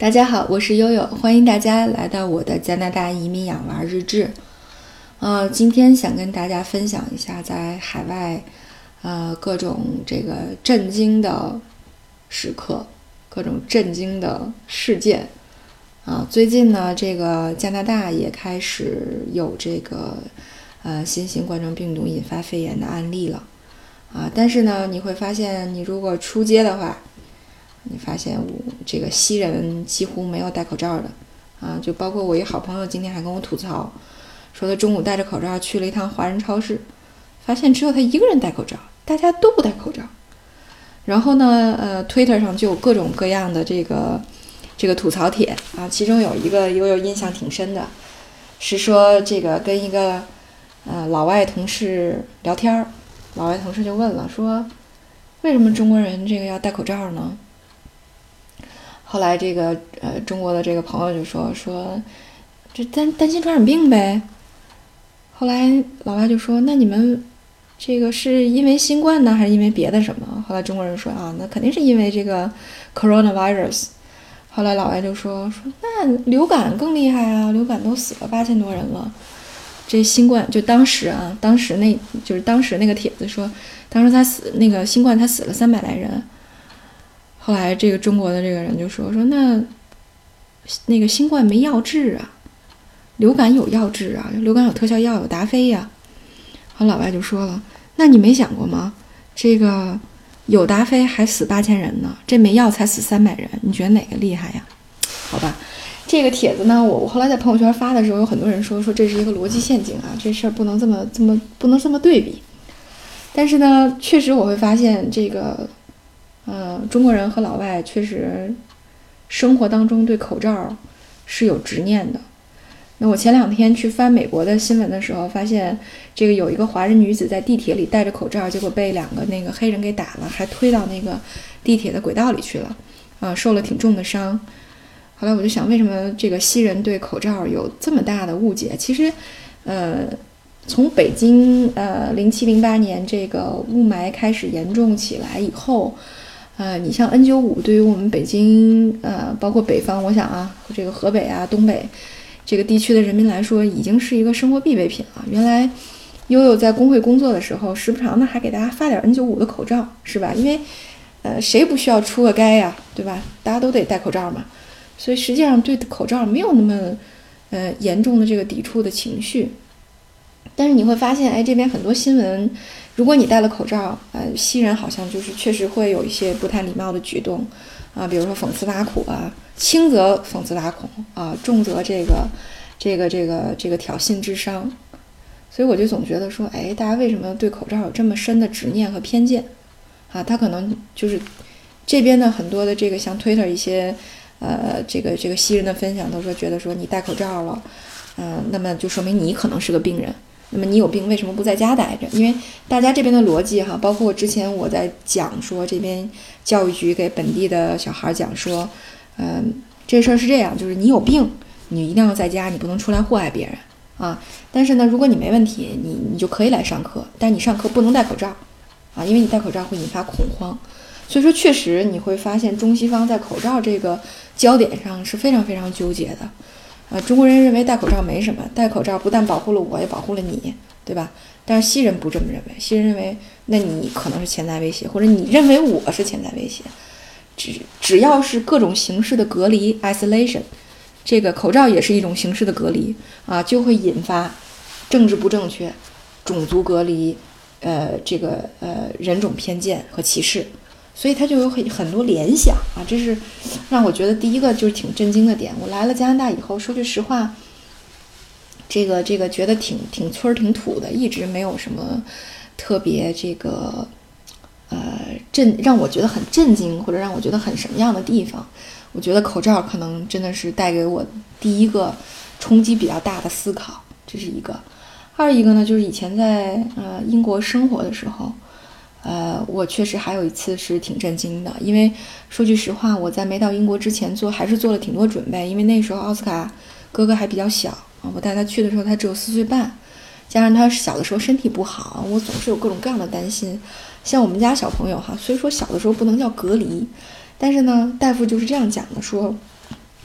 大家好，我是悠悠，欢迎大家来到我的加拿大移民养娃日志。今天想跟大家分享一下在海外，各种这个震惊的时刻，各种震惊的事件。最近呢，这个加拿大也开始有这个新型冠状病毒引发肺炎的案例了。但是呢，你会发现，你如果出街的话，你发现这个西人几乎没有戴口罩的就包括我一好朋友今天还跟我吐槽，说他中午戴着口罩去了一趟华人超市，发现只有他一个人戴口罩，大家都不戴口罩。然后呢Twitter 上就有各种各样的这个吐槽帖其中有一个有印象挺深的，是说这个跟一个老外同事聊天，老外同事就问了，说为什么中国人这个要戴口罩呢？后来这个中国的这个朋友就说这担心传染病呗。后来老外就说，那你们这个是因为新冠呢，还是因为别的什么？后来中国人说那肯定是因为这个 coronavirus。后来老外就说那流感更厉害啊，流感都死了8000多人了，这新冠就当时那个帖子说，当时那个新冠他死了300来人。后来这个中国的这个人就说那个新冠没药治啊，流感有药治啊，流感有特效药，有达菲呀。后老外就说了，那你没想过吗？这个有达菲还死8000人呢，这没药才死300人，你觉得哪个厉害呀？好吧，这个帖子呢，我后来在朋友圈发的时候，有很多人说这是一个逻辑陷阱这事儿不能这么对比。但是呢，确实我会发现这个中国人和老外确实生活当中对口罩是有执念的。那我前2天去翻美国的新闻的时候，发现这个有一个华人女子在地铁里戴着口罩，结果被2个那个黑人给打了，还推到那个地铁的轨道里去了，受了挺重的伤。后来我就想，为什么这个西人对口罩有这么大的误解？其实从北京07、08年这个雾霾开始严重起来以后，你像 N95 对于我们北京包括北方，我想这个河北东北这个地区的人民来说，已经是一个生活必备品了。原来悠悠在工会工作的时候，时不常的还给大家发点 N95 的口罩，是吧？因为谁不需要出个街呀，对吧？大家都得戴口罩嘛。所以实际上对口罩没有那么严重的这个抵触的情绪。但是你会发现这边很多新闻，如果你戴了口罩西人好像就是确实会有一些不太礼貌的举动比如说讽刺挖苦轻则讽刺挖苦重则这个挑衅智商。所以我就总觉得说大家为什么对口罩有这么深的执念和偏见他可能就是这边的很多的这个像 Twitter 一些这个西人的分享都觉得说你戴口罩了那么就说明你可能是个病人，那么你有病为什么不在家待着？因为大家这边的逻辑包括之前我在讲说这边教育局给本地的小孩讲说这事儿是这样，就是你有病你一定要在家，你不能出来祸害别人但是呢，如果你没问题你就可以来上课，但你上课不能戴口罩因为你戴口罩会引发恐慌。所以说确实你会发现中西方在口罩这个焦点上是非常非常纠结的中国人认为戴口罩没什么，戴口罩不但保护了我也保护了你，对吧？但是西人不这么认为，西人认为那你可能是潜在威胁，或者你认为我是潜在威胁。只要是各种形式的隔离 isolation， 这个口罩也是一种形式的隔离就会引发政治不正确、种族隔离人种偏见和歧视。所以他就有很多联想这是让我觉得第一个就是挺震惊的点。我来了加拿大以后，说句实话，这个觉得挺村挺土的，一直没有什么特别这个让我觉得很震惊或者让我觉得很什么样的地方。我觉得口罩可能真的是带给我第一个冲击比较大的思考，这是一个。二一个呢，就是以前在英国生活的时候。我确实还有一次是挺震惊的，因为说句实话，我在没到英国之前还是做了挺多准备，因为那时候奥斯卡哥哥还比较小我带他去的时候他只有4岁半，加上他小的时候身体不好，我总是有各种各样的担心。像我们家小朋友虽说小的时候不能叫隔离，但是呢大夫就是这样讲的，说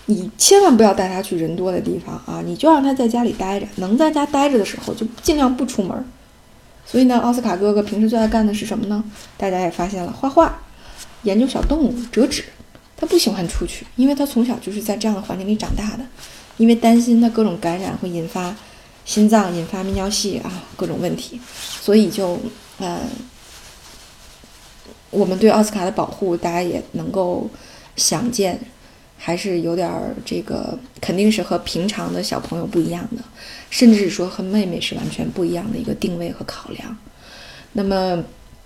你千万不要带他去人多的地方啊，你就让他在家里待着，能在家待着的时候就尽量不出门。所以呢，奥斯卡哥哥平时最爱干的是什么呢？大家也发现了，画画、研究小动物、折纸。他不喜欢出去，因为他从小就是在这样的环境里长大的，因为担心他各种感染会引发心脏、引发泌尿系啊各种问题，所以就我们对奥斯卡的保护，大家也能够想见，还是有点这个，肯定是和平常的小朋友不一样的，甚至是说和妹妹是完全不一样的一个定位和考量。那么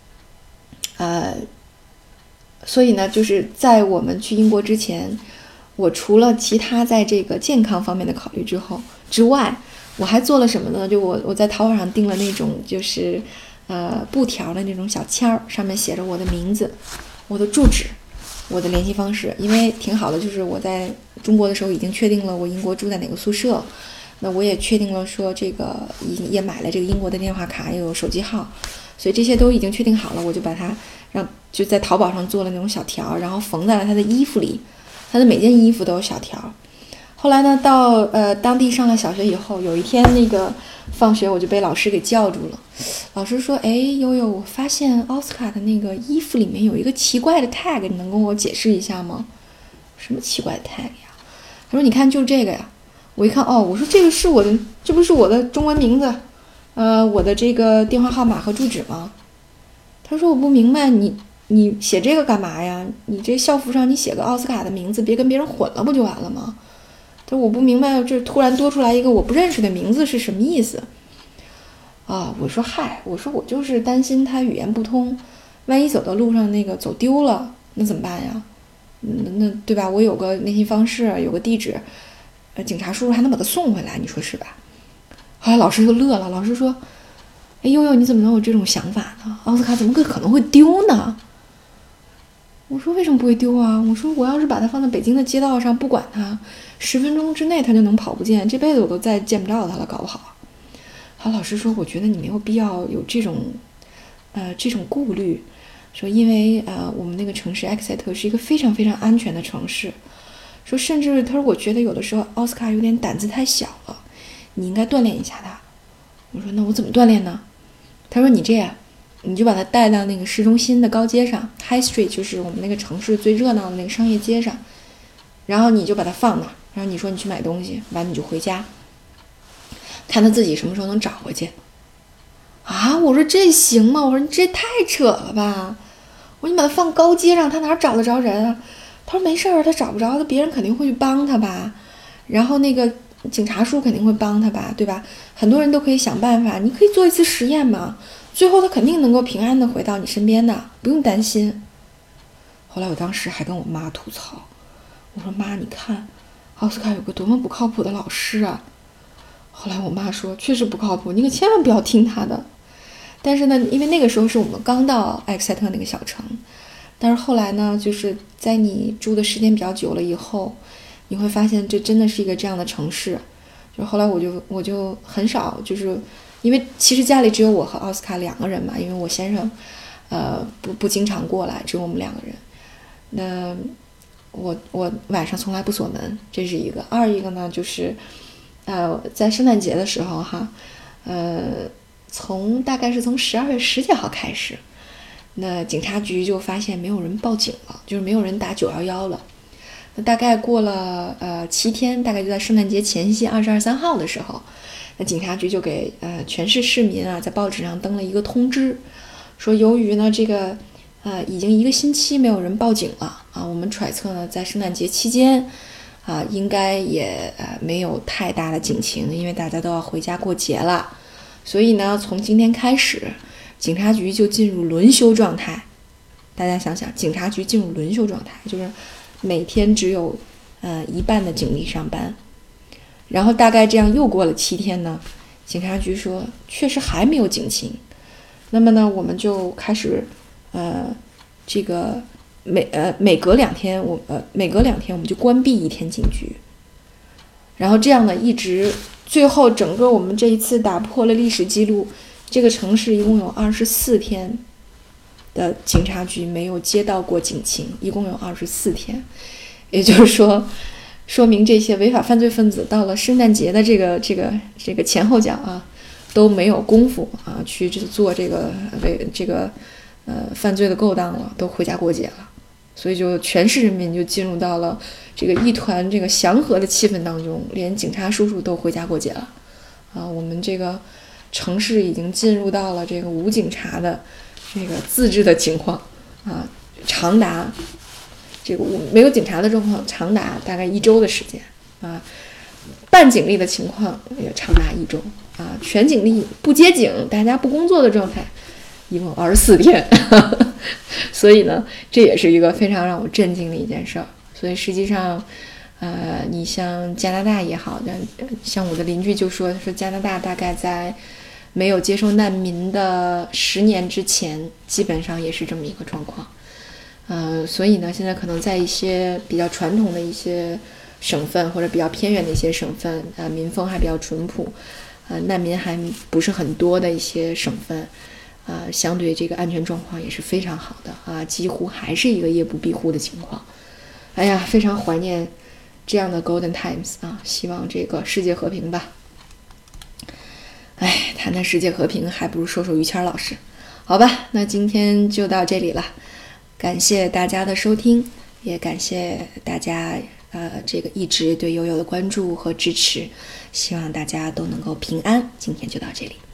所以呢，就是在我们去英国之前，我除了其他在这个健康方面的考虑之外，我还做了什么呢？就我在淘宝上订了那种就是布条的那种小签儿，上面写着我的名字、我的住址、我的联系方式。因为挺好的，就是我在中国的时候已经确定了我英国住在哪个宿舍，那我也确定了说这个也买了这个英国的电话卡，也有手机号，所以这些都已经确定好了，我就把它就在淘宝上做了那种小条，然后缝在了他的衣服里，他的每件衣服都有小条。后来呢，到当地上了小学以后，有一天那个放学我就被老师给叫住了。老师说：“哎，悠悠，我发现奥斯卡的那个衣服里面有一个奇怪的 tag， 你能跟我解释一下吗？”什么奇怪的 tag 呀？他说：“你看，就这个呀。”我一看，哦，我说这个是我的，这不是我的中文名字，我的这个电话号码和住址吗？他说：“我不明白你写这个干嘛呀？你这校服上你写个奥斯卡的名字，别跟别人混了不就完了吗？”他说：“我不明白，这突然多出来一个我不认识的名字是什么意思？”我说：“嗨，我说我就是担心他语言不通，万一走到路上那个走丢了，那怎么办呀？那对吧？我有个联系方式，有个地址，警察叔叔还能把他送回来，你说是吧？”后来老师就乐了，老师说：“哎，悠悠，你怎么能有这种想法呢？奥斯卡怎么可能会丢呢？”我说：“为什么不会丢啊？我说我要是把它放在北京的街道上，不管它，10分钟之内它就能跑不见，这辈子我都再见不着它了，搞不好。”好，老师说：“我觉得你没有必要有这种顾虑，说因为我们那个城市埃克塞特是一个非常非常安全的城市，说甚至他说我觉得有的时候奥斯卡有点胆子太小了，你应该锻炼一下他。”我说：“那我怎么锻炼呢？”他说：“你这样。你就把它带到那个市中心的高街上 ，High Street， 就是我们那个城市最热闹的那个商业街上，然后你就把它放那儿，然后你说你去买东西，完你就回家，看他自己什么时候能找回去。”啊，我说这行吗？我说你这太扯了吧！我说你把它放高街上，他哪找得着人啊？他说没事儿，他找不着，他别人肯定会去帮他吧，然后那个警察叔肯定会帮他吧，对吧？很多人都可以想办法，你可以做一次实验嘛。最后他肯定能够平安的回到你身边的，不用担心。后来我当时还跟我妈吐槽，我说：“妈，你看奥斯卡有个多么不靠谱的老师啊！”后来我妈说：“确实不靠谱，你可千万不要听他的。”但是呢，因为那个时候是我们刚到埃克塞特那个小城，但是后来呢，就是在你住的时间比较久了以后，你会发现这真的是一个这样的城市。就后来我就很少就是因为其实家里只有我和奥斯卡2个人嘛，因为我先生不经常过来，只有我们2个人。那我晚上从来不锁门，这是一个。二一个呢，就是在圣诞节的时候哈，大概是从12月10几号开始，那警察局就发现没有人报警了，就是没有人打911了。那大概过了7天，大概就在圣诞节前夕22、23号的时候，那警察局就给全市市民啊在报纸上登了一个通知，说由于呢这个已经1个星期没有人报警了啊，我们揣测呢在圣诞节期间应该也没有太大的警情，因为大家都要回家过节了，所以呢从今天开始警察局就进入轮休状态。大家想想，警察局进入轮休状态，就是每天只有一半的警力上班。然后大概这样又过了7天呢，警察局说确实还没有警情，那么呢我们就开始这个每隔2天我们就关闭1天警局，然后这样呢一直最后整个我们这一次打破了历史记录，这个城市一共有24天的警察局没有接到过警情，一共有24天，也就是说说明这些违法犯罪分子到了圣诞节的这个前后脚啊，都没有功夫啊去做犯罪的勾当了，都回家过节了。所以就全市人民就进入到了这个一团这个祥和的气氛当中，连警察叔叔都回家过节了啊！我们这个城市已经进入到了这个无警察的这个自治的情况啊，长达这个没有警察的状况长达大概1周的时间啊，半警力的情况也长达1周啊，全警力不接警，大家不工作的状态，一共24天。所以呢，这也是一个非常让我震惊的一件事儿。所以实际上，你像加拿大也好，像我的邻居就说加拿大大概在没有接收难民的10年之前，基本上也是这么一个状况。所以呢，现在可能在一些比较传统的一些省份或者比较偏远的一些省份，民风还比较淳朴，难民还不是很多的一些省份。相对这个安全状况也是非常好的啊，几乎还是一个夜不闭户的情况。哎呀，非常怀念这样的 Golden Times 啊！希望这个世界和平吧。哎，谈谈世界和平，还不如说说于谦老师。好吧，那今天就到这里了，感谢大家的收听，也感谢大家这个一直对悠悠的关注和支持，希望大家都能够平安。今天就到这里。